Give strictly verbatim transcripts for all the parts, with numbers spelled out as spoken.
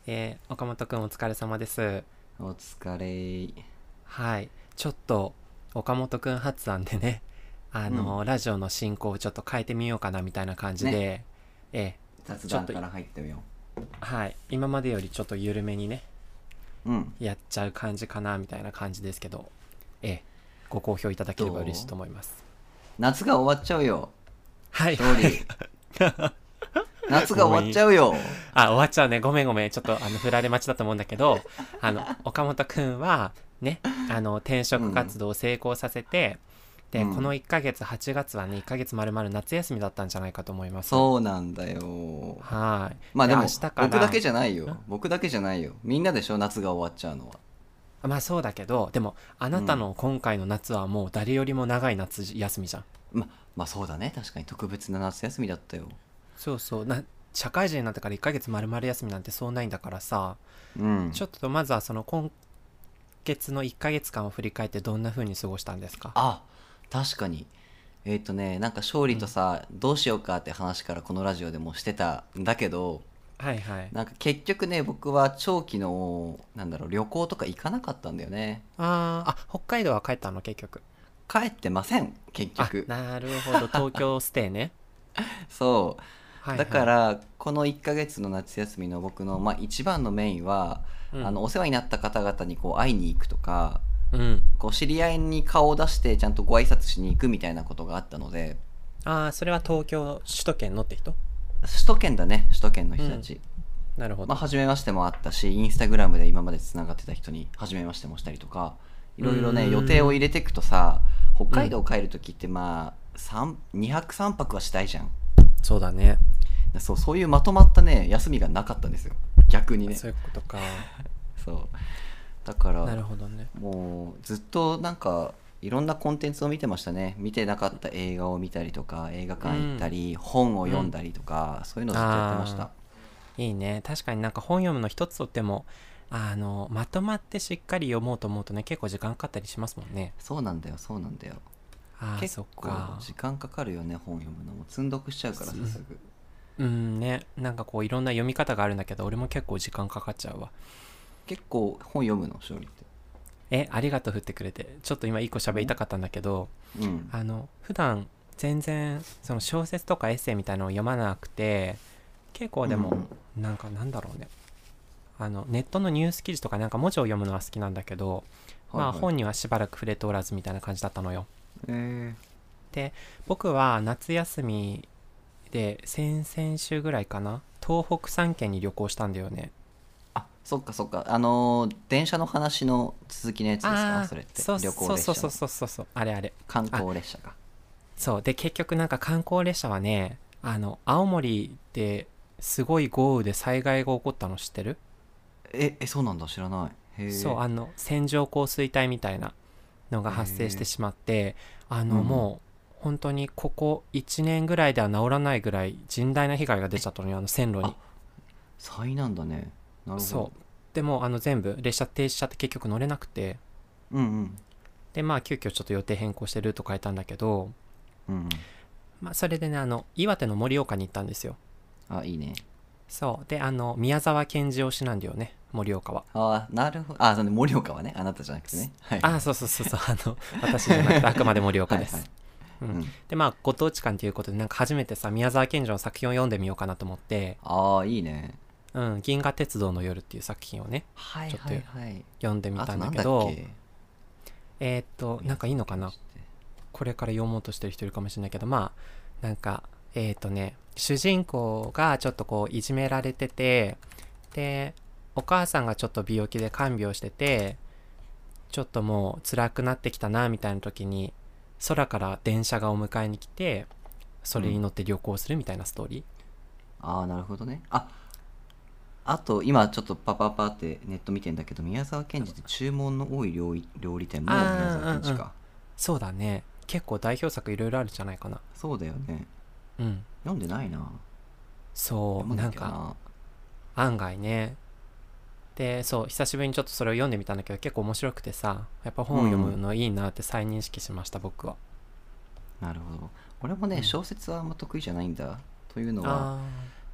えー岡本くんお疲れ様です。 お疲れ。 はい。ちょっと岡本くん発案でね、あうん。 のラジオの進行をちょっと変えてみようかなみたいな感じね。 で、えーちょっと雑談から入ってみよはい、今までよりちょっと緩めにね、 う。うん。 やっちゃう感じかなみたいな感じですけど、えーご好評いただければ嬉しいとどう？ 思います。 夏が終わっちゃうよ。 はいはい。 勝利。夏が終わっちごめん。 ゃうよ。 あ、終わっちゃうね。ごめんごめん。ちょっと、あの、振られ待ちだと思うんだけど、あの、岡本くんは、ね、あの、転職活うん。 動を成功させて、で、このうん。 いっかげつ、はちがつはね、いっかげつまるまる夏休みだったんじゃないかと思います。 そうなんだよ。 はい。で、明まあでも、 日から、 僕だけじゃないんよ。僕だけじゃないよ。みんなでしょ、夏が終わっちゃうのは。 まあそうだけど、でも、あなたうん。 の今回の夏はもう誰よりも長い夏休みじゃん。 ま、まあそうだね。確かに特別な夏休みだったよ。 そうそう。な、社会人になってからいっかげつまるまる休みなんてそうないんだからさ、 うん。 ちょっとまずはその今月のいっかげつかんを振り返ってどんな風に過ごしたんですか？ あ、確かに。えっ、とね、なんか勝利とうん。 さ、どうしようかって話からこのラジオでもしてたんだけど、 はいはい。 なんか結局ね、僕は長期の、なんだろう、旅行とか行かなかったんだよね。 あーあ、北海道は帰ったの結局？ 帰ってません、結あ、 局。 なるほど、東京ステイね。 そう。だはいはい。 から、このいっかげつの夏休みの僕の、まあ、一番のメインは、 うん。 あの、お世話になった方々にこう会いに行くとか、 うん。 こう知り合いに顔を出してちゃんとご挨拶しに行くみたいなことがあったので、 ああ、それは東京、首都圏のって人？ 首都圏だね、首都圏のうん。 人たち。まあ、 なるほど。 初めましてもあったし、インスタグラムで今までつながってた人に初めましてもしたりとか、いうーろいろね、予定を入ん。 れていくとさ、北うん。 海道帰るときってまあ、さんにはくさんぱくはしたいじゃん。 そうだね。 そう、そういうまとまったね、休みがなかったんですよ。逆にね。 そういうことか。 そう。だから、 なるほどね。 もうずっとなんか、いろんなコンテンツを見てましたね。見てなかった映画を見たりとか、映画う館行ったん。 り、本をうん。 読んだりとか、そういうのずっとやってましああ、 た。 いいね。確かになんか本読むの一つとっても、あの、まとまってしっかり読もうと思うとね、結構時間かかったりしますもんね。 そうなんだよ、そうなんだよ。 ああ、 結そっか。 構時間かかるよね、本読むのも積んどくしちゃうからさ、すぐ。 うんね、なんかこういろんな読み方があるんだけど、俺も結構時間かかっちゃうわ。 結構本読むの、勝利って？ え、ありがとう振ってくれて。ちょっと今一個喋りお。 たかったんだけど、 うん。 あの、普段全然その小説とかエッセイみたいなのを読まなくて、結構でも、 うんうん。 なんかなんだろうね。あの、ネットのニュース記事とかなんか文字を読むのは好きなんだけど、まあはいはい。 本にはしばらく触れておらずみたいな感じだったのよ。 えで、僕は夏休みで先々週ぐらいかな、東北さん県に旅行したんだよね。 あ、そっかそっか。あのー電車の話の続きのやつですか、 ああ、 それって？ そう旅行そうそうそう列車の。 そうそうそう、あれあれ。 観あ、 光列車か。 そう。で、結局なんか観光列車はね、あの、青森ですごい豪雨で災害が起こったの知ってる？ え、え、そうなんだ、知らない。 そう、 へあの、線状降水帯みたいなのがえ。へ発生してえ。 しまって、あの、 うんうん。 もう、本当にここいちねんぐらいでは治らないぐらい甚大な被害が出ちゃったのよ、あの線路に。 あ、災難だね。なるほど。 そう。でも、あの、全部列車停止しちゃって結局乗れなくて、 うんうん。 で、まあ、急遽ちょっと予定変更してルート変えたんだけど、 うんうん。 まあ、それでね、あの、岩手の盛岡に行ったんですよ。 あ、いいね。 そう。で、あの、宮沢賢治推しなんだよね、盛岡は。 あ、なるほど。あ、その盛岡はね、あなたじゃなくてね。はいはい。 ああ、そうそうそうそう、あの、私じゃなくてあくまで盛岡はいはい。 です。うん。 うん。 で、まあ、ご当地館ということで、なんか初めてさ、宮沢賢治の作品を読んでみようかなと思って、 ああ、いいね。 うん、銀河鉄道の夜っていう作品をね、ちょっとはいはいはい。 読んでみたんだあとなんだっけど、 け？ えーっと、なん宮沢かいいのかな？ 賢治って。 これから読もうとしてる人いるかもしれないけど、まあ、なんか、えーっとね、主人公がちょっとこう、いじめられてて、で、お母さんがちょっと病気で看病してて、ちょっともう辛くなってきたなみたいな時に空から電車がお迎えに来て、そうん。 れに乗って旅行するみたいなストーリー。 ああ、なるほどね。あ、あと、今ちょっとパパパってネット見てんだけど、宮沢賢治って注文の多い料理料理店も宮沢ああ、うんうん。 賢治か。 そうだね。結構代表作いろいろあるんじゃないかな。 そうだよね。 うん。 読んでないな。読まなそうなんかきゃな。 案外ね。で、そう久しぶりにちょっとそれを読んでみたんだけど結構面白くてさ、やっぱ本を読むうん。 のいいなって再認識しました僕は。 なるほど。俺もね、 うん。 小説はあんま得意じゃないんだ。というのは、 あ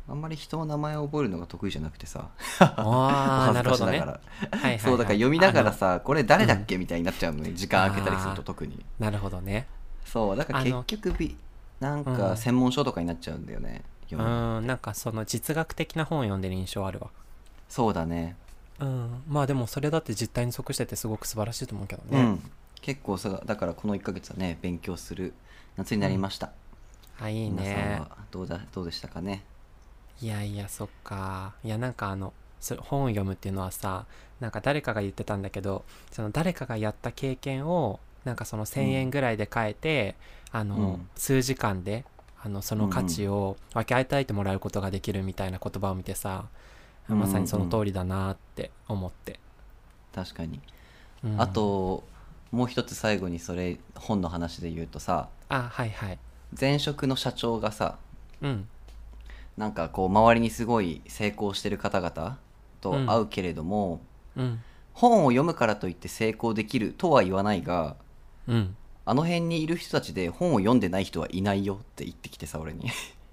あんまり人の名前を覚えるのが得意じゃなくてさおああ、 恥ずなるほどね。 かしながら、 はいはいはい。 そうだから読みながらさこれ誰だっうんけみたいになっちゃうのね、時間空けたりすると特に。 なるほどね。 そうだから結あの、 局びなんうんか専門書とかになっちゃうんだよね、 う読むの。 ーん、なんかその実学的な本を読んでる印象あるわ。 そうだね。 うん、まあでもそれだって実態に即しててすごく素晴らしいと思うけどね。 うん結構さだからこのいっかげつはね勉強する夏になりました、 あ、いい皆さんね。 はどうだどうでしたかね。 いやいや、そっか。いや、なんかあの、そ本を読むっていうのはさ、なんか誰かが言ってたんだけど、その誰かがやった経験を、なんかそのせんえんぐらいで買えて、あの、 うん数時間で、あの、その価値を分け与えてもらうことができるみたいな言葉を見てさ、 うんまさにその通りだなって思って。 確かに、 うんあ、ともう一つ最後にそれ本の話で言うとさ、 あ、はいはい。 前職の社長がさうん、 なんかこう周りにすごい成功してる方々とうん会うけれども、 うん、 本を読むからといって成功できるとは言わないが、 うん。 あの辺にいる人たちで本を読んでない人はいないよって言ってきてさ俺に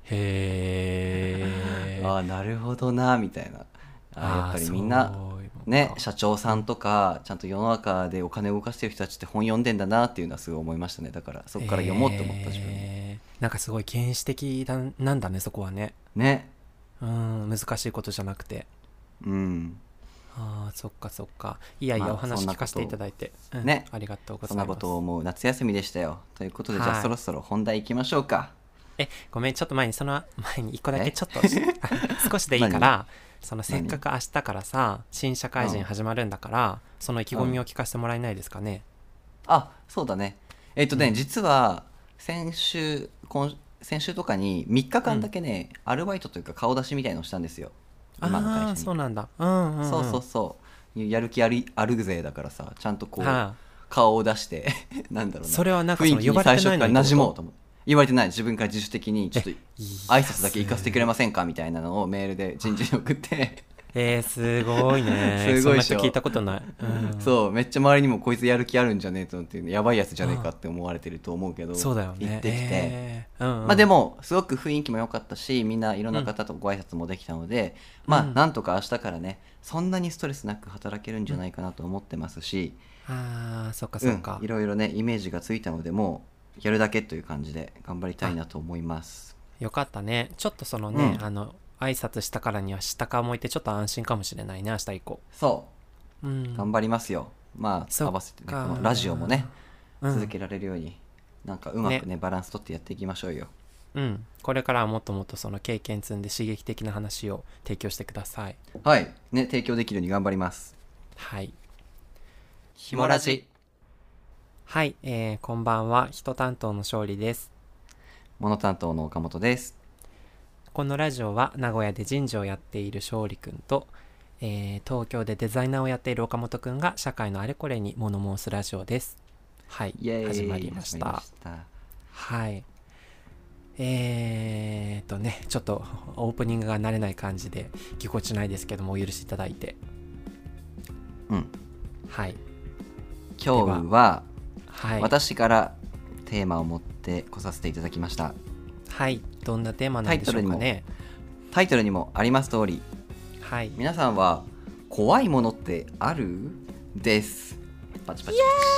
へー。 ああなるほどなみたいな。あーやっぱりみんなあーそういうのかね社長さんとかちゃんと世の中でお金を動かしてる人たちって本読んでんだなっていうのはすごい思いましたね。だからそこから読もうって思った自分に、 えーなんかすごい原始的だなんだね、そこはね。 ね。 うん難しいことじゃなくて。 うんああ、そっかそっか。いやいや、 まあお話そんなこと聞かせていただいて、うんねありがとうございます。 そんなことを思う夏休みでしたよ。ということで、じゃはいあそろそろ本題行きましょうか。 えごめん、ちょっと前にその前に一個だえけちょっとし少しでいいからそのせっかく明日からさ新社会人始まるんだから、その意気込みを聞かせてもらえないですかね。 あそうだねえっ、とね、 うん実は先週今先週とかにみっかかんだけね、アルバイトというか顔出しみたいのをしたんですよ、今のああー、 会社に。 そうなんだ。うんうん、うん、 そうそうそうやる気あるあるぜだからさちゃんとこう、 は顔を出してなんだろうな、 それはなんか雰囲気にその呼ばれて最初からないのにってこと馴染もうと思って言われてない。自分から自主的にちょっといや挨拶だけ行かせてくれませんかみたいなのをメールで人事に送ってえー、すごいね。 すごいでしょそんな人聞いたことない。うん、 そうめっちゃ周りにもこいつやる気あるんじゃねえと思ってやばいやつじゃねえかって思われてると思うけど、 そうだよね。 行ってきて、 えーうんうん、 まあでもすごく雰囲気も良かったしみんないろんな方とご挨拶もできたので、まあうんなんとか明日からねそんなにストレスなく働けるんじゃないかなと思ってますし、 ああ、そっかうんそっか。 いろいろねイメージがついたのでもうやるだけという感じで頑張りたいなと思います。 よかったね。ちょっとそのね、 うんあの挨拶したからにはしたかもいてちょっと安心かもしれないね、明日以降。 そうんう頑張りますよ。まそっかあ合わせてねこのラジオもね、 うん続けられるようになんかうまくねねバランス取ってやっていきましょうよ。 うん、これからはもっともっとその経験積んで刺激的な話を提供してください。 はいね提供できるように頑張ります。 はい。 ひもラジはい、えー、こんばんは。人担当の勝利です。 モノ担当の岡本です。 このラジオは名古屋で人事をやっている勝利くんと、えー東京でデザイナーをやっている岡本くんが社会のあれこれに物申すラジオです。はいイエーイ始まりまし始まりた。 ましたはいえーっとねちょっとオープニングが慣れない感じでぎこちないですけどもお許しいただいて、 うんはい今日ははい私からテーマを持ってこさせていただきました。 はいどんなテーマなんでしょうかね。 タイトルにもあります通りはい皆さんは怖いものってあるですパチパチ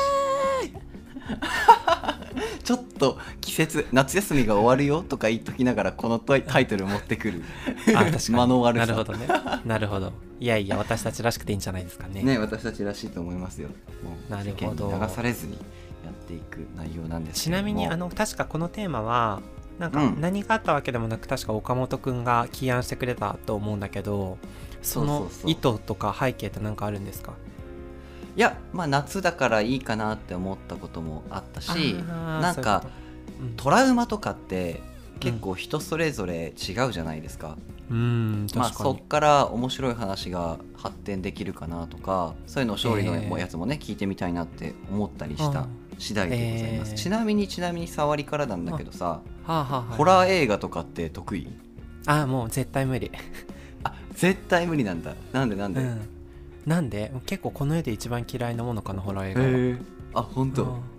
ちょっと季節夏休みが終わるよとか言っときながらこのタイタイトル持ってくるあ確かに間の悪さなるほどねなるほど。いやいや私たちらしくていいんじゃないですかね。 ね私たちらしいと思いますよ。もうなる世ほど間に流されずにやっていく内容なんですけれども、 ちなみにあの確かこのテーマはなんかうん何があったわけでもなく、確か岡本くんが起案してくれたと思うんだけど、そそうのそうそう意図とか背景って何かあるんですか。 いやまあ夏だからいいかなって思ったこともあったし、 あーなんかそういうことうんトラウマとかって結構人それぞれ違うじゃないですか。 うーんまあ確かに、 そっから面白い話が発展できるかなとかそういうのを勝利のえーやつもね、聞いてみたいなって思ったりした次第でございます、 えーちなみにちなみに触りからなんだけどさ、 はあはあはあ、 ホラー映画とかって得意？ あもう絶対無理あ絶対無理なんだ。なんでなんで？ うんなんで結構この世で一番嫌いなものかなホラー映画は。 へえあ本当、 うん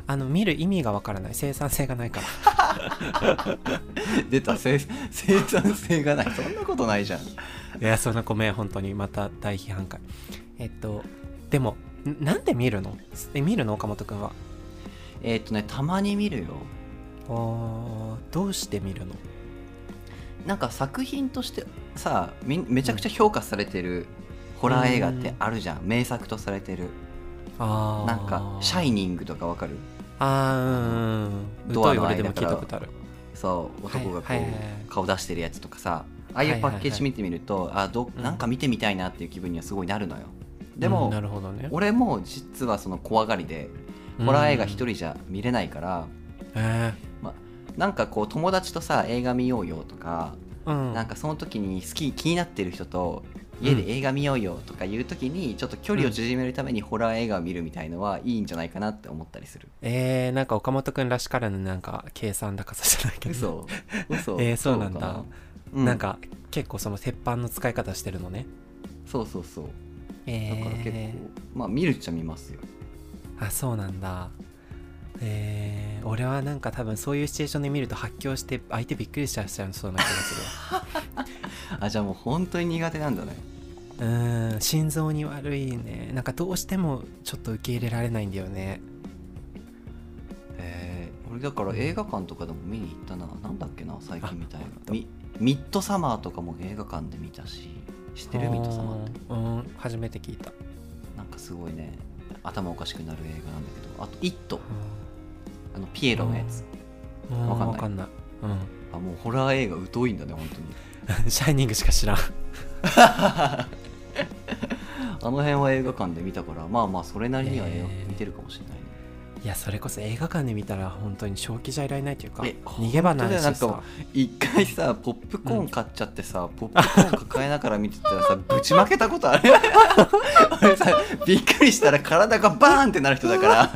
あの見る意味がわからない、生産性がないから出た、生生産性がない。そんなことないじゃん。 いやそんなごめん本当にまた大批判会。えっとでもなんで見るの？え見るの岡本くんは。 えーっとねたまに見るよ。 おどうして見るの？ なんか作品としてさみめちゃくちゃ評価されてるホラー映画ってあるじゃん、うん、名作とされてる。 あなんかシャイニングとかわかる？ あーうんドアの俺でも間から聞いたことある。 そう男がこう、 はいはいはい顔出してるやつとかさ、ああいうパッケージ見てみると、あどなんか見てみたいなっていう気分にはすごいなるのよ。でも、 うん、なるほどね。 俺も実はその怖がりでホラー映画一人じゃ見れないから、 うん、えまあ、なんかこう友達とさ映画見ようよとか、 ーうん、 なんかその時に好き気になってる人と家で映画見ようよとかいう時にちょっと距離を縮めるためにホラー映画を見るみたいのはいいんじゃないかなって思ったりする。 えー、なんか岡本くんらしからぬなんか計算高さじゃないけど嘘嘘えー、そうなんだ。 そうかな、うん、 なんか結構その鉄板の使い方してるのね。 そうそうそう、 えー、 だから結構まあ見るっちゃ見ますよ。 あそうなんだ。えー、俺はなんか多分そういうシチュエーションで見ると発狂して相手びっくりしちゃうそうな気がするわあじゃあもう本当に苦手なんだね。 うーん心臓に悪いね。なんかどうしてもちょっと受け入れられないんだよね。 えー、俺だから映画館とかでも見に行ったな。なんだっけな最近みたいなミミッドサマーとかも映画館で見たし。知ってる？ミッドサマーって。 うん初めて聞いた。 なんかすごいね頭おかしくなる映画なんだけど、あとイット、あのピエロのやつわかんない。 わかんない、うん、 あもうホラー映画疎いんだね本当にシャイニングしか知らんあの辺は映画館で見たから、まあまあそれなりには映画見てるかもしれないね、 えー、いやそれこそ映画館で見たら本当に正気じゃいられないというかえ逃げ場ないしさ。 なんか一回さポップコーン買っちゃってさ、うん、ポップコーン抱えながら見てたらさぶちまけたことあるあれさびっくりしたら体がバーンってなる人だから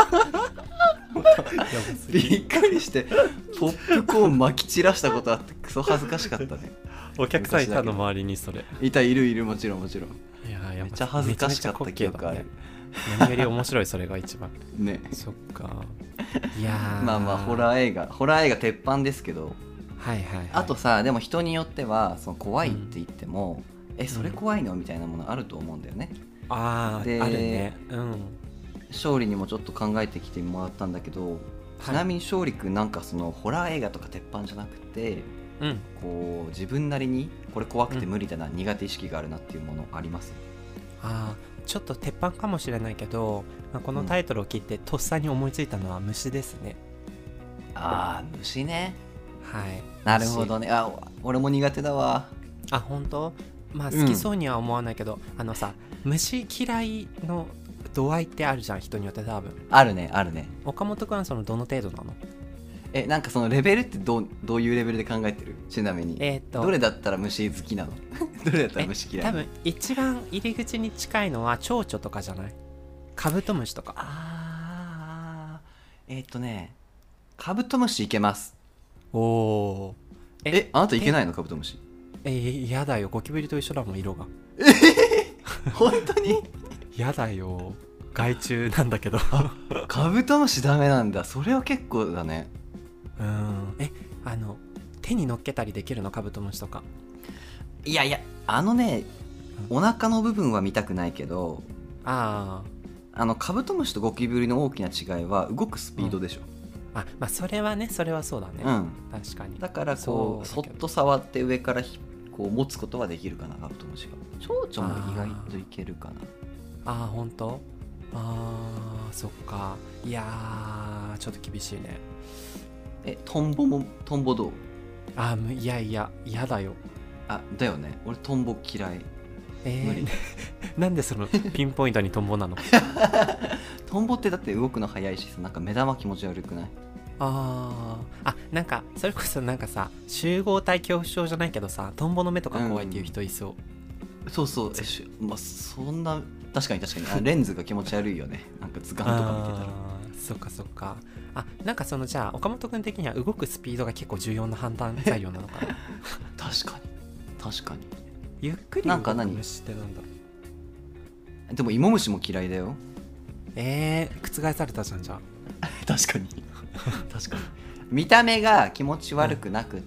びっくりしてポップコーン撒き散らしたことあってクソ恥ずかしかったね。 お客さんいたの周りにそれ。 いたいるいるもちろんもちろん。 いややっぱめっちゃ恥ずかしかった記憶ある。 何より面白いそれが一番ね。 そっか。いやまあまあホラー映画ホラー映画鉄板ですけど、 はいはい、はい、 あとさでも人によってはその怖いって言っても、うん、えそれ怖いのみたいなものあると思うんだよね。 あああるね。うん勝利にもちょっと考えてきてもらったんだけど、ちなみに勝利くんなんかそのホラー映画とか鉄板じゃなくて、うん、こう自分なりにこれ怖くて無理だな、うん、苦手意識があるなっていうものあります？ ああちょっと鉄板かもしれないけど、まあ、このタイトルを聞いてとっさに思いついたのは虫ですね、 うん、ああ虫ね。 はいなるほどね。あ俺も苦手だわ。 あ本当？まあ好きそうには思わないけど、うん、あのさ虫嫌いの度合いってあるじゃん人によって多分。 あるねあるね。 岡本君はそのどの程度なの？ えなんかそのレベルってどう、どういうレベルで考えてる？ちなみに、えー、とどれだったら虫好きなの？どれだったら虫嫌い？ 多分一番入り口に近いのは蝶々とかじゃない？カブトムシとか。 あーえっ、ー、とねカブトムシいけます。 おおええあなたいけないの？カブトムシ。 えー、やだよゴキブリと一緒だもん色が。 えー、本当にやだよ害虫なんだけどカブトムシダメなんだ。それは結構だね。 うんえあの手に乗っけたりできるの？カブトムシとか。 いやいやあのね、うん、お腹の部分は見たくないけど、 ああのカブトムシとゴキブリの大きな違いは動くスピードでしょ、 うん、あまあそれはねそれはそうだね、うん、確かに。 だからこうそっと触って上からこう持つことはできるかなカブトムシが。蝶々も意外といけるかな。 ああ本当？あーそっか。いやーちょっと厳しいね。 えトンボもトンボどう？ あいやいや嫌だよ。 あだよね俺トンボ嫌い。 えー、無理なんでそのピンポイントにトンボなの？ トンボってだって動くの早いしさ、なんか目玉気持ち悪くない？ あーあなんかそれこそなんかさ集合体恐怖症じゃないけどさトンボの目とか怖いっていう人いそう、 うん、そうそうえし、まあ、そんな確かに確かにあレンズが気持ち悪いよねなんか図鑑とか見てたら。 そっかそっか。あなんかそのじゃあ岡本君的には動くスピードが結構重要な判断材料なのかな？ 確かに確かに。 ゆっくり動く虫ってなんだろう？でも芋虫も嫌いだよ。 えー、覆されたじゃんじゃあ確かに確かに見た目が気持ち悪くなくって、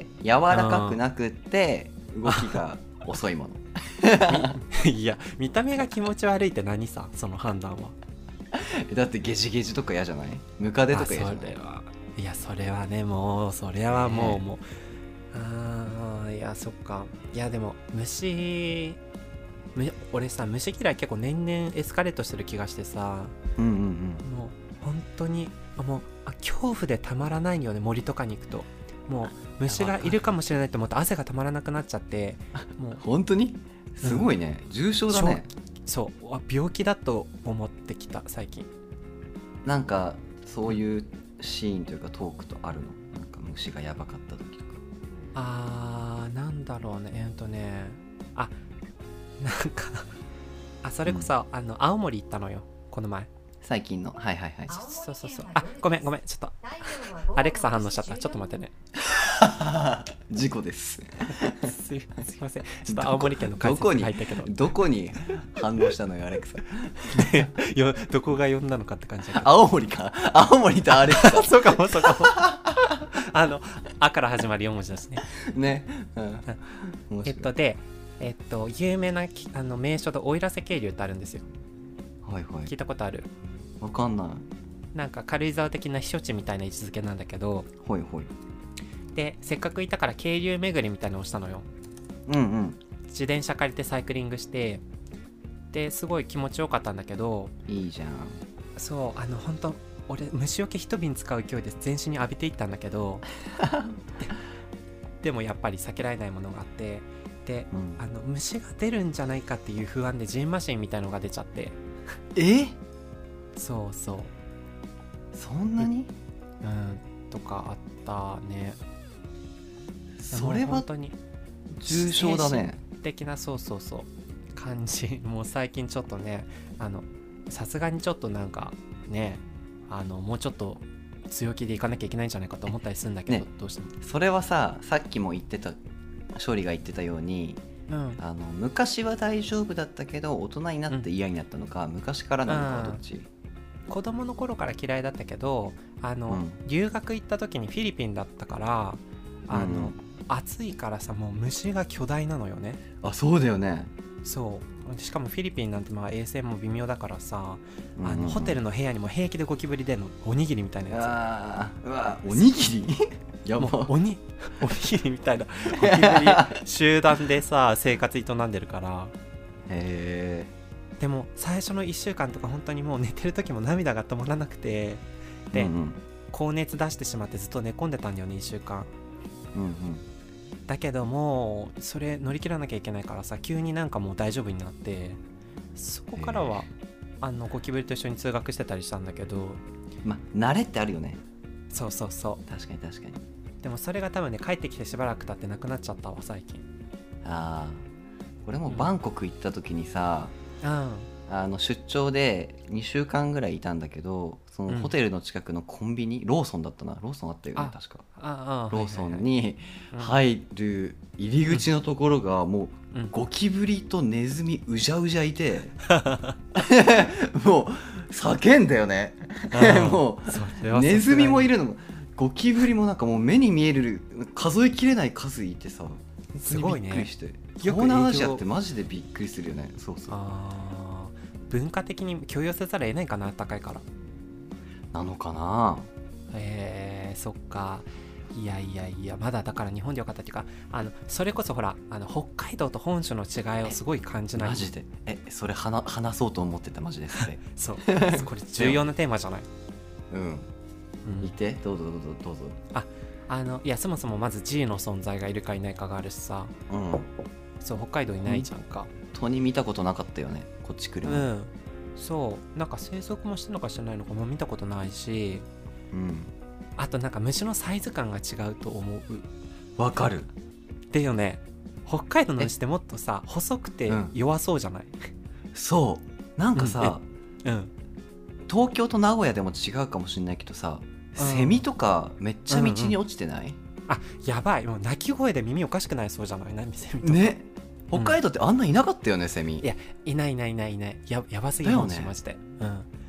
うん、柔らかくなくって動きが遅いものいや見た目が気持ち悪いって何さその判断はだってゲジゲジとか嫌じゃない？ムカデとか嫌じゃない？ それはいやそれはねもうそれはもう、ね、もうあーいやそっかいやでも虫俺さ虫嫌い結構年々エスカレートしてる気がしてさ、 うんうんうん、 もう本当にもうあ恐怖でたまらないよね。森とかに行くともう虫がいるかもしれないと思って汗がたまらなくなっちゃってもう本当にすごいね、うん、重症だね。 そう病気だと思ってきた最近。 なんかそういうシーンというかトークとあるの？なんか虫がやばかった時とか。 あーなんだろうねえー、っとねあなんかあそれこそ、うん、あの青森行ったのよこの前最近の。はいはいはい。 そうそうそうあごめんごめんちょっとアレクサ反応しちゃった。ちょっと待ってね事故ですすいませんちょっと青森県の解説に入ったけどどこに反応したのよアレクサよどこが呼んだのかって感じだけど青森か青森とアレクサそうかもそうかもあのあから始まるよん文字だしねね、 うん、えっとでえっと有名なあの名所で奥入瀬渓流ってあるんですよ。 はいはい。 聞いたことある？ わかんない。 なんか軽井沢的な避暑地みたいな位置づけなんだけど、 はいはい。 でせっかくいたから渓流巡りみたいなのをしたのよ。 うんうん。 自転車借りてサイクリングしてですごい気持ちよかったんだけど。 いいじゃん。 そうあの本当俺虫除け一瓶使う勢いで全身に浴びていったんだけどで, でもやっぱり避けられないものがあってで、うん、あの虫が出るんじゃないかっていう不安でジンマシンみたいのが出ちゃって。 えそうそうそんなにうんとかあったね。 それは本当に重症だね。 的なそうそうそう感じ。もう最近ちょっとねあのさすがにちょっとなんかねあのもうちょっと強気でいかなきゃいけないんじゃないかと思ったりするんだけど、ね、どうしてもそれはささっきも言ってた勝利が言ってたように、うん、あの昔は大丈夫だったけど大人になって嫌になったのか、うん、昔からなのかどっち？ 子供の頃から嫌いだったけどあの、うん、留学行った時にフィリピンだったからあの、うん、暑いからさもう虫が巨大なのよね。 あそうだよね。 そうしかもフィリピンなんてまあ衛生も微妙だからさ、うんうんうん、あのホテルの部屋にも平気でゴキブリ出るの。おにぎりみたいなやつ。 あうわおにぎりやばもうおにおにぎりみたいなゴキブリ集団でさ生活営んでるから。 へーでも最初のいっしゅうかんとか本当にもう寝てる時も涙が止まらなくてで、うんうん、高熱出してしまってずっと寝込んでたんだよねいっしゅうかん、 うんうん、 だけどもそれ乗り切らなきゃいけないからさ急になんかもう大丈夫になってそこからはあのゴキブリと一緒に通学してたりしたんだけどまあ慣れってあるよね。 そうそうそう確かに確かに。 でもそれが多分ね帰ってきてしばらく経ってなくなっちゃったわ最近。 ああ俺もバンコク行った時にさ、 うん、 あの出張でにしゅうかんぐらいいたんだけどそのホテルの近くのコンビニ、うん、ローソンだったなローソンあったよね確か。 ああローソンに入る入り口のところがもうゴキブリとネズミうじゃうじゃいてもう叫んだよねもうネズミもいるのゴキブリもなんかもう目に見える数えきれない数いてさすごいね。 びっくりして東南アジアってマジでびっくりするよね。そうそうあ文化的に許容せざるを得ないかなあったかいからなのかな。 えー、そっかいやいやいやまだだから日本でよかったっていうかあのそれこそほらあの北海道と本州の違いをすごい感じない？ マジでえそれ話話そうと思ってたマジでそれそうこれ重要なテーマじゃない。 うん、うん、いてどうぞどうぞどうぞ。 ああのいやそもそもまず G の存在がいるかいないかがあるしさ、 うん、 そう北海道いないじゃんか。 本当に見たことなかったよねこっち来るの。 うんそうなんか生息もしてるのかしてないのかも見たことないし、 うん、 あとなんか虫のサイズ感が違うと思う。 わかるでよね北海道の虫ってもっとさ細くて弱そうじゃない？ うん、そうなんかさ、 うん、うん、 東京と名古屋でも違うかもしれないけどさ、うん、セミとかめっちゃ道に落ちてない？うんうん、 あやばいもう鳴き声で耳おかしくなりそうじゃない？何セミとかね北海道ってあんないなかったよね、うん、セミ。 いやいないいないいないいない や, やばすぎるしマジで、うん、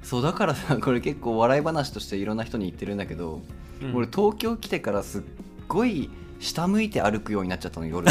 そうだからさ、これ結構笑い話としていろんな人に言ってるんだけど、うん、俺東京来てからすっごい下向いて歩くようになっちゃったの夜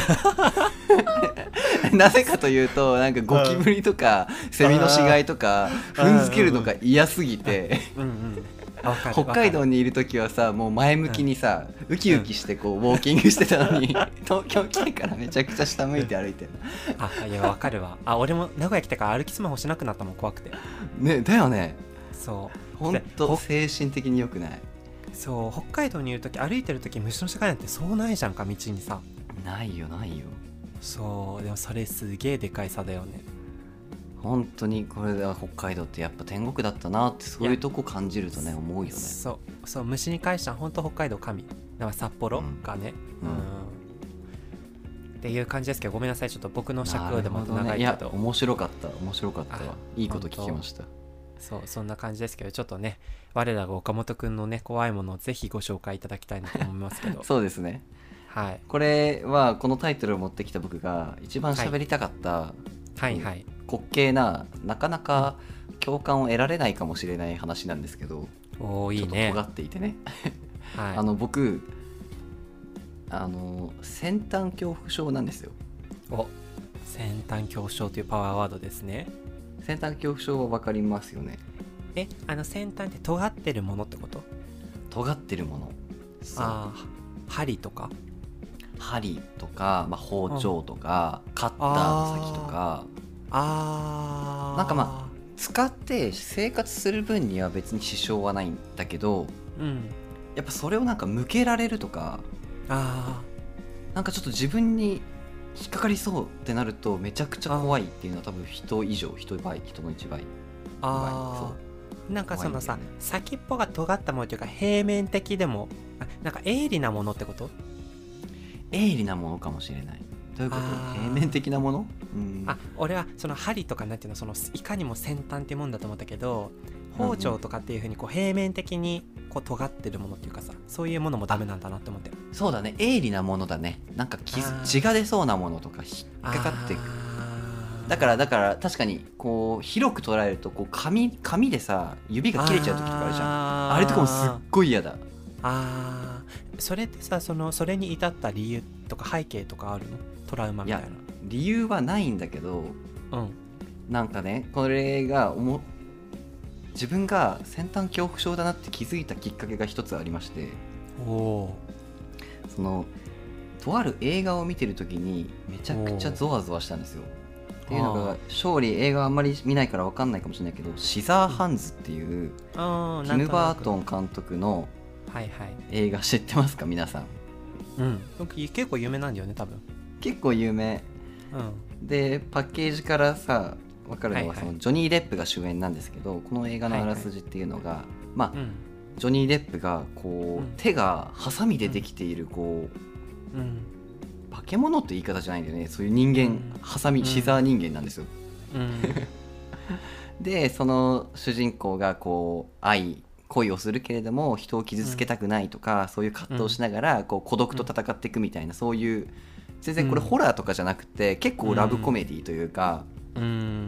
なぜかというと、なんかゴキブリとかセミの死骸とか踏んづけるのが嫌すぎて北海道にいる時はさ、もう前向きにさ、ウキウキしてこうウォーキングしてたのに東京来てからめちゃくちゃ下向いて歩いてるあ、いやわかるわ。あ、俺も名古屋来てから歩きスマホしなくなったもん、怖くて。 ね、だよね。 そうほんと精神的に良くない。 そう、北海道にいる時、歩いてる時虫の世界なんてそうないじゃんか、道にさ。 ないよないよ。 そう、でもそれすげえでかい差だよね。 本当にこれでは北海道ってやっぱ天国だったなって、そういうとこ感じるとね思うよね。 そうそう、虫に関しては本当北海道神、だから札幌がね、うん、うん、っていう感じですけど、ごめんなさい、ちょっと僕の尺でも長いけど、ね、いや面白かった面白かったわ、いいこと聞きました。 そう、そんな感じですけど、ちょっとね我らが岡本くんのね怖いものをぜひご紹介いただきたいなと思いますけどそうですね、 はい、 これはこのタイトルを持ってきた僕が一番喋りたかった、 はい、はいはい滑稽な、なかなか共感を得られないかもしれない話なんですけど、 おー、いいね、 ちょっと尖っていてねはい、あの僕あの先端恐怖症なんですよ。 お、先端恐怖症というパワーワードですね。 先端恐怖症は分かりますよね。 え、あの先端って尖ってるものってこと？ 尖ってるもの。 ああ、針とか針とか、まあ、包丁とか、うん、カッターの先とか、 あー、 なんかまあ使って生活する分には別に支障はないんだけど、うん、やっぱそれをなんか向けられるとか、あなんかちょっと自分に引っかかりそうってなるとめちゃくちゃ怖いっていうのは多分人以上人倍人の一倍。 あそうなんかそのさ、ね、先っぽが尖ったものというか平面的でもなんか鋭利なものってこと？ 鋭利なものかもしれない。どういうこと？平面的なもの？うん、 あ、俺はその針とかなんていうの、そのいかにも先端ってもんだと思ったけど、包丁とかっていう風にこう平面的にこう尖ってるものっていうかさ、そういうものもダメなんだなって思って。 そうだね、鋭利なものだね。なんか傷血が出そうなものとか引っかかってだからだから確かにこう広く捉えるとこう 紙, 紙でさ指が切れちゃう時とかあるじゃん。 あ, あれとかもすっごい嫌だ。 あー、それってさ、そのそれに至った理由とか背景とかあるの？トラウマみたいな。いや理由はないんだけど、うん、なんかねこれがおも自分が先端恐怖症だなって気づいたきっかけが一つありまして、おそのとある映画を見てる時にめちゃくちゃゾワゾワしたんですよ。っていうのが、勝利映画あんまり見ないから分かんないかもしれないけど、シザーハンズっていうティム・バートン監督の映画知ってますか皆さん？ うん、結構有名なんだよね多分。 結構有名、うん、でパッケージからさ分かるのは、そのジョニー・デップが主演なんですけど、この映画のあらすじっていうのが、はいはい、まあ、うん、ジョニー・デップがこう、うん、手がハサミでできているこう、うん、化け物って言い方じゃないんだよね、そういう人間、うん、ハサミ、うん、シザー人間なんですよ、うん、でその主人公がこう愛恋をするけれども人を傷つけたくないとか、うん、そういう葛藤をしながらこう孤独と戦っていくみたいな、そういう全然これホラーとかじゃなくて結構ラブコメディというか、うん、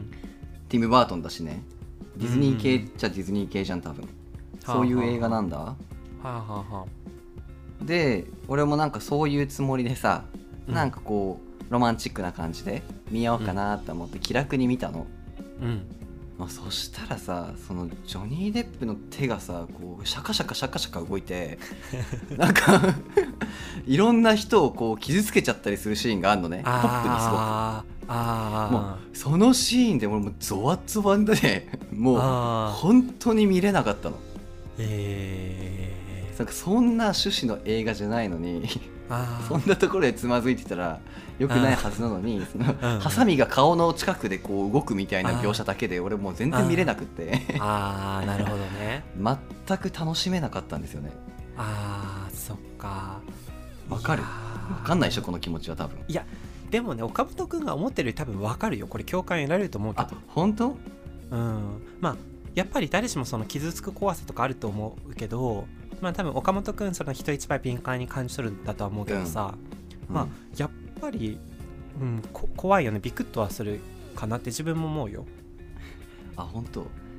ティム・バートンだしね、ディズニー系っちゃディズニー系じゃん多分、そういう映画なんだ。はあはあはあ、で俺もなんかそういうつもりでさ、うん、なんかこうロマンチックな感じで見ようかなと思って気楽に見たの、うんまあ、そしたらさ、そのジョニー・デップの手がさこうシャカシャカシャカシャカ動いてなんかいろんな人をこう傷つけちゃったりするシーンがあるのね、ポップにすごく。あもうそのシーンで俺もゾワゾワでもう本当に見れなかったの。えー、なんかそんな趣旨の映画じゃないのにそんなところでつまずいてたら良くないはずなのに、そのハサミが顔の近くでこう動くみたいな描写だけで俺もう全然見れなくってああなるほどね全く楽しめなかったんですよね。 あーそっか。 わかる？わかんないでしょこの気持ちは多分。 いやでもね岡本くんが思ってるより多分わかるよ。これ共感得られると思うけど。あ本当？ うんまあやっぱり誰しもその傷つく怖さとかあると思うけど、まあ多分岡本くんその人一倍敏感に感じ取るんだとは思うけどさ、うん、まあやっぱり、うん、こ怖いよね。ビクッとはするかなって自分も思うよ。 あ本当。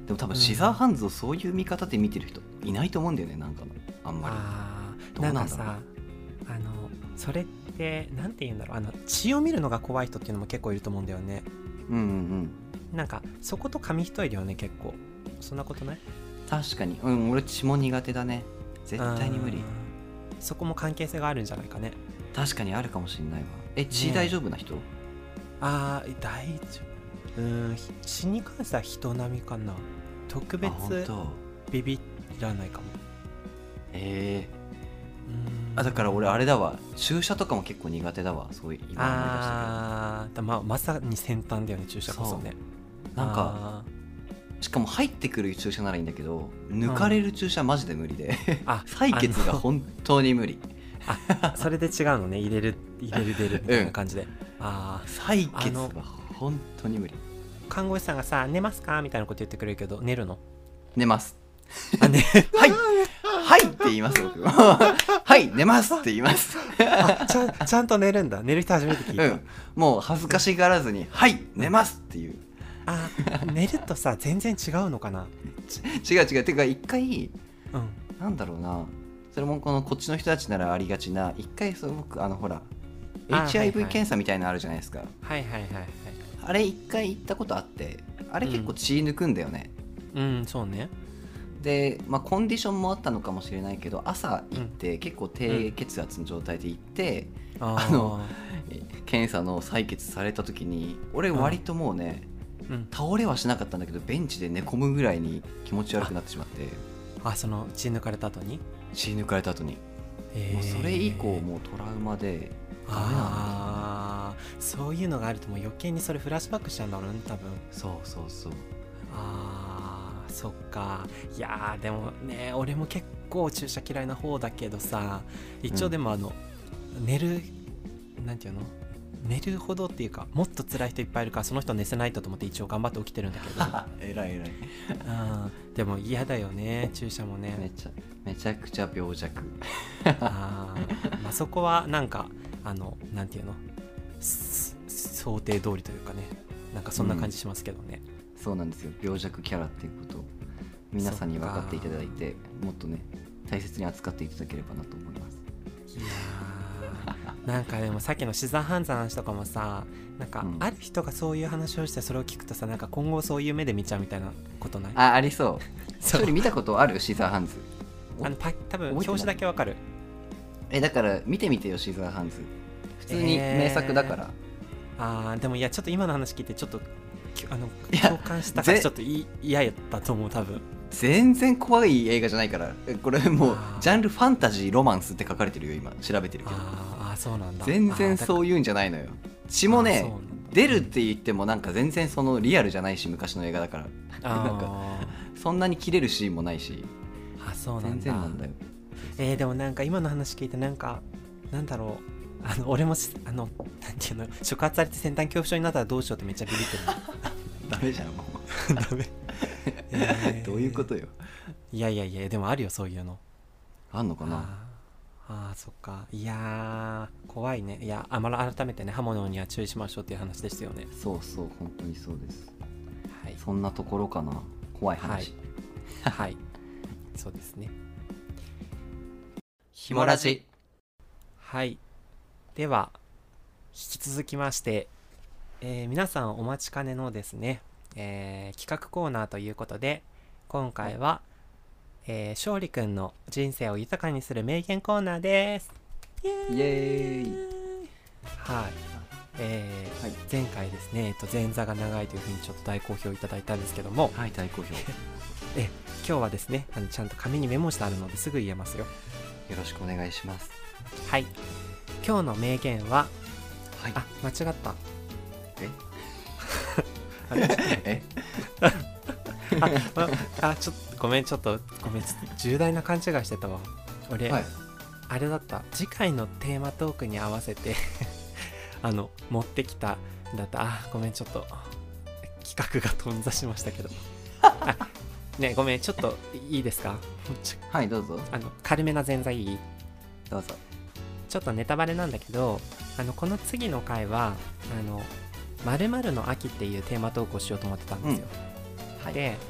でも多分シザーハンズをそういう見方で見てる人いないと思うんだよね、なんかあんまり。 あどうなんだろう。 なんかさ、あのそれってなんて言うんだろう、あの血を見るのが怖い人っていうのも結構いると思うんだよね。 うんうんうん。 なんかそこと紙一重だよね、結構。そんなことない？ 確かに、うん、俺血も苦手だね、絶対に無理。 そこも関係性があるんじゃないかね。 確かにあるかもしれないわ。え、血大丈夫な人？ね、 ああ、大丈夫。うん、血に関しては人並みかな。特別ビビらないかも。 ええー、あ、だから俺あれだわ、注射とかも結構苦手だわ。そういう今思い出したけど。 ああ、まあ、まさに先端だよね、注射こそね。 なんかしかも入ってくる注射ならいいんだけど、抜かれる注射マジで無理で、うん、採血が本当に無理。 あ、それで違うのね、入れる入れる出るみたいな感じで、うん、あ、 採血が本当に無理。 看護師さんがさ、寝ますかみたいなこと言ってくれるけど、寝るの？ 寝ます。あ、ね、はいはいって言います僕はい寝ますって言いますあ、ちゃん、ちゃんと寝るんだ。寝る人初めて聞いた、うん、 もう恥ずかしがらずにはい寝ますっていう。 あ、寝るとさ全然違うのかな。 違う違う、てか一回、うん、なんだろうな、それもこのこっちの人たちならありがちな、一回そう僕あのほら エイチアイブイ 検査みたいなのあるじゃないですか。 はいはいはいはい。 あれ一回行ったことあって、あれ結構血抜くんだよね。 うん、うん、そうね。 で、まあ、コンディションもあったのかもしれないけど、朝行って、うん、結構低血圧の状態で行って、うん、あの検査の採血された時に俺割ともうね、うん、倒れはしなかったんだけどベンチで寝込むぐらいに気持ち悪くなってしまって。 ああ、その血抜かれた後に血抜かれた後に、えー、もうそれ以降もうトラウマでダメなんだ。 ああ、そういうのがあるともう余計にそれフラッシュバックしちゃうんだろうね、多分。 そうそうそう。 ああ、そっか。いやーでもね、俺も結構注射嫌いな方だけどさ、一応でもあの、うん、寝るなんていうの、寝るほどっていうか、もっと辛い人いっぱいいるから、その人寝せないとと思って一応頑張って起きてるんだけどえらいえらいでも嫌だよね、注射もね。 めちゃめちゃくちゃ病弱あ、まあ、そこはなんかあのなんていうの、想定通りというかね、なんかそんな感じしますけどね、 うん、そうなんですよ、病弱キャラっていうことを皆さんに分かっていただいて、もっとね大切に扱っていただければなと思います。 いやなんかでもさっきのシザーハンズの話とかもさ、なんかある人がそういう話をしてそれを聞くとさ、なんか今後そういう目で見ちゃうみたいなことない？ あ、ありそう。それ見たことある？シザーハンズ。 あのパ多分表紙だけわかる。 え、だから見てみてよ、シザーハンズ。普通に名作だから。 えー、あーでもいや、ちょっと今の話聞いてちょっとあの共感したからちょっと嫌やったと思う、多分。 全然怖い映画じゃないから、これもうジャンルファンタジーロマンスって書かれてるよ、今調べてるけど。 ああ、そうなんだ。 全然そういうんじゃないのよ。血もね出るって言ってもなんか全然そのリアルじゃないし、昔の映画だからなんかそんなに切れるシーンもないし。 あ、そうなんだ。 全然なんだよ。 えー、でもなんか今の話聞いてなんかなんだろう、あの俺もあのなんていうの、触発されて先端恐怖症になったらどうしようってめっちゃビビってるダメじゃんもうダメえー、どういうことよ。 いやいやいや、でもあるよそういうの。 あんのかな。 ああ、そっか。いやー怖いね。いや、あまり改めてね、刃物には注意しましょうっていう話ですよね。 そうそう、本当にそうです、はい、そんなところかな、怖い話。 はい、はい、そうですね。 ひもラジ。 はい、では引き続きまして、えー、皆さんお待ちかねのですね、えー、企画コーナーということで、今回は、えー、勝利くんの人生を豊かにする名言コーナーです。イエーイ、イエーイ。はい、えーはい、前回ですね、えっと、前座が長いというふうにちょっと大好評いただいたんですけども、 はい、大好評え今日はですね、あのちゃんと紙にメモしてあるのですぐ言えますよ。 よろしくお願いします。 はい、今日の名言は、 はい、 あ、間違った。 ええあ, あちょっとごめん、ちょっとごめん、重大な勘違いしてたわ俺、はい、あれだった、次回のテーマトークに合わせてあの持ってきただった。あ、ごめん、ちょっと企画が頓挫しましたけどあね、ごめん、ちょっといいですかはい、どうぞ。 あの軽めな前座いい？ どうぞ。 ちょっとネタバレなんだけど、あのこの次の回はあの〇〇の秋っていうテーマトークをしようと思ってたんですよ、うん、はい、で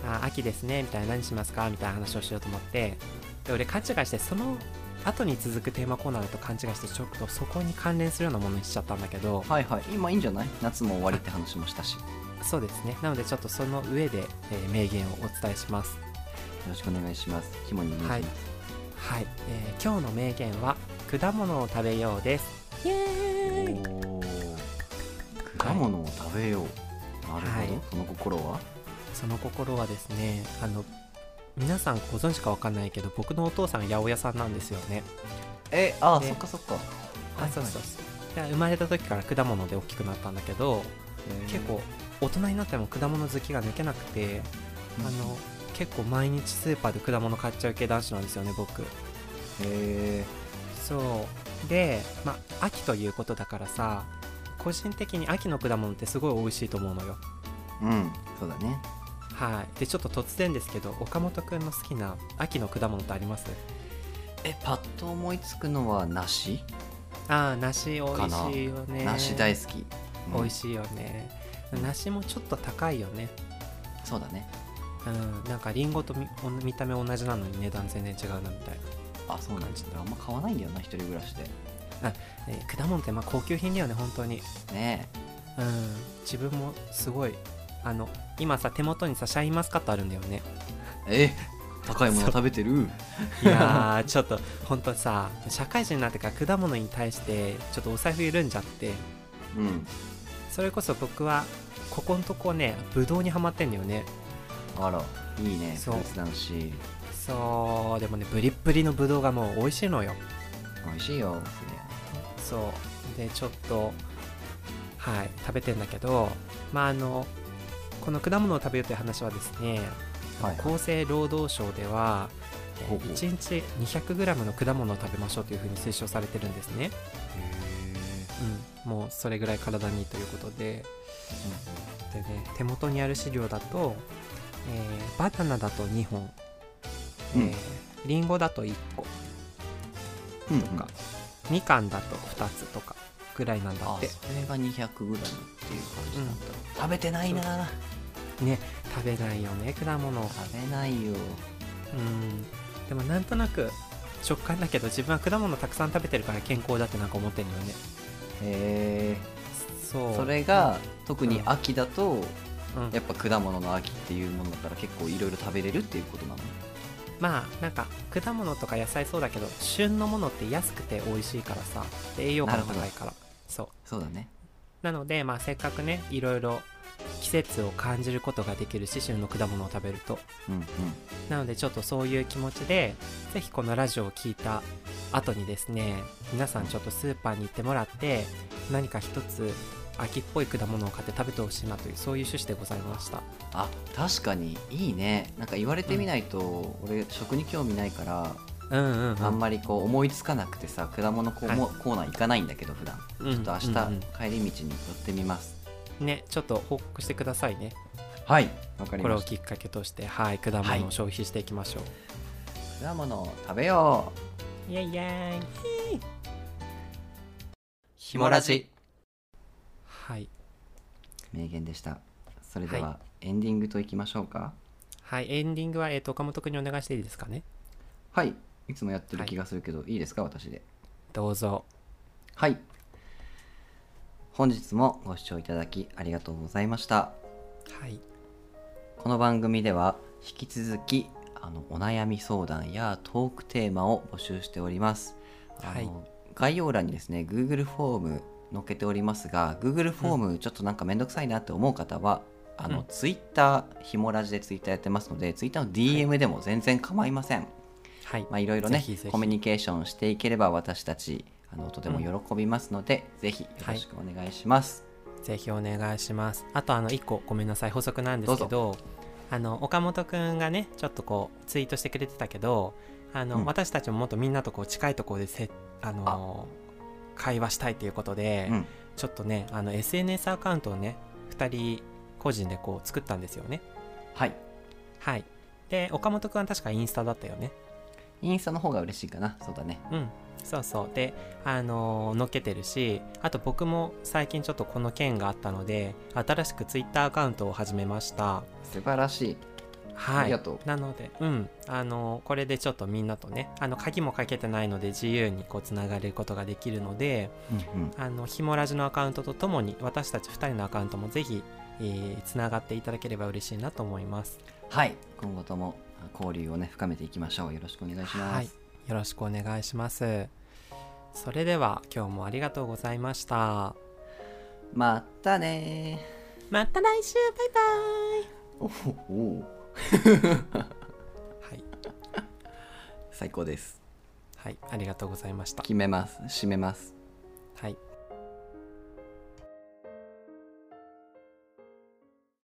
あ秋ですねみたいな、何しますかみたいな話をしようと思って、で俺勘違いして、その後に続くテーマコーナーだと勘違いして、ちょっとそこに関連するようなものにしちゃったんだけど、 はいはい、今いいんじゃない？夏も終わりって話もしたし。 そうですね。なのでちょっとその上で、えー名言をお伝えします。 よろしくお願いします。肝に銘じます。 はい、えー今日の名言は果物を食べようです。イエーイ。 おー、果物を食べよう、なるほど、 はいその心は？ その心はですね、あの皆さんご存知かわかんないけど、僕のお父さん八百屋さんなんですよね。 え、あ、 でそっかそっか。 あ、そうそうそう。で生まれた時から果物で大きくなったんだけど、結構大人になっても果物好きが抜けなくて、あの結構毎日スーパーで果物買っちゃう系男子なんですよね、僕。 へえ。 そうで、まあ秋ということだからさ、個人的に秋の果物ってすごい美味しいと思うのよ。 うん、そうだね。 はい。でちょっと突然ですけど、岡本くんの好きな秋の果物ってあります？ え、パッと思いつくのは梨ああ、梨美かな。 味しいよね。 梨大好き、うん、 美味しいよね。梨もちょっと高いよね。 そうだね。 うん、なんかリンゴと 見, 見た目同じなのに値段全然違うなみたいな。 あ、そうなんですね。あんま買わないんだよな、一人暮らしで。 あ、えー果物ってまあ高級品だよね、本当に。 ねうん、自分もすごい、あの今さ手元にさシャインマスカットあるんだよね。 え。え、高いもの食べてる。 いやーちょっと本当さ、社会人になってから果物に対してちょっとお財布緩んじゃって、 うん。 それこそ僕はここのとこね、ブドウにハマってんだよね。 あら、いいね。 そうフルーツ男子。 そうでもね、ブリッブリのブドウがもう美味しいのよ。 美味しいよ、そそうでちょっとはい食べてんだけど、まああのこの果物を食べようという話はですね、 はい、 厚生労働省では、 ほうほういちにち にひゃくグラム の果物を食べましょうというふうに推奨されてるんですね。 へうん、もうそれぐらい体にいいということで、でね、手元にある資料だと、えーバナナだとにほん、えうんーリンゴだといっこえ。 とか、みかんだとふたつとかぐらいなんだあ、 って。 それが にひゃくグラム っていう感じなんだ、うん、食べてないな。 ね、食べないよね、果物。 食べないよ。 うんでもなんとなく食感だけど、自分は果物たくさん食べてるから健康だってなんか思ってるのよね。 へえ。 そうそれが特に秋だと、 うん、 やっぱ果物の秋っていうものだから結構いろいろ食べれるっていうことなの。 まあなんか果物とか野菜そうだけど、旬のものって安くて美味しいからさ、で栄養価も高いから。そうそうだね。 なので、まあせっかくね、いろいろ季節を感じることができるし、旬の果物を食べると、 うんうん。 なのでちょっとそういう気持ちで、ぜひこのラジオを聞いた後にですね、皆さんちょっとスーパーに行ってもらって、何か一つ秋っぽい果物を買って食べてほしいなという、そういう趣旨でございました。 あ、確かにいいね。なんか言われてみないと、うん、俺食に興味ないから、 うんうんうん、 あんまりこう思いつかなくてさ、果物コー,、はい、コーナー行かないんだけど普段、うん、ちょっと明日、うんうん、帰り道に寄ってみます。 ね、ちょっと報告してくださいね。 はい、わかりました。 これをきっかけとして、はい、果物を消費していきましょう。 はい、果物を食べよう。イエイイエイ。 ひもラジ。 はい。 名言でした。それでは、はい、エンディングといきましょうか。 はい、エンディングは、えーと、岡本君にお願いしていいですかね。 はい、いつもやってる気がするけど、はい、いいですか、私で。 どうぞ。 はい。本日もご視聴いただきありがとうございました。 はい。 この番組では引き続きあのお悩み相談やトークテーマを募集しております。あの、はい、概要欄にですね Google フォーム載っけておりますが、 Google フォームちょっとなんかめんどくさいなって思う方は、うん、あの Twitter、ひもラジで Twitter やってますので Twitter の ディーエム でも全然構いません。はい、まあいろいろねぜひぜひコミュニケーションしていければ私たちあのとても喜びますので、うん、ぜひよろしくお願いします。 はい、ぜひお願いします。あとあのいっこごめんなさい、補足なんですけ ど, どあの岡本くんがねちょっとこうツイートしてくれてたけど、あの、うん、私たちももっとみんなとこう近いところでせあのあ会話したいということで、うん、ちょっとねあの エスエヌエス アカウントをねふたり個人でこう作ったんですよね。 はいはい。で岡本くんは確かインスタだったよね。 インスタの方が嬉しいかな。そうだね。 うん、そうそうであのー、載っけてるし、あと僕も最近ちょっとこの件があったので新しくツイッターアカウントを始めました。 素晴らしい。 はい、 ありがとう。 なので、うん、あのこれでちょっとみんなとね、あの鍵もかけてないので自由にこうつながることができるので、うんうん、あのひもラジのアカウントとともに私たちふたりのアカウントもぜひ、えー、つながっていただければ嬉しいなと思います。 はい、今後とも交流をね深めていきましょう。よろしくお願いします。はい、 よろしくお願いします。それでは今日もありがとうございました。 またね。 また来週。バイバイ。 おおはい、 最高です。 はい、ありがとうございました。 決めます。締めます。 はい。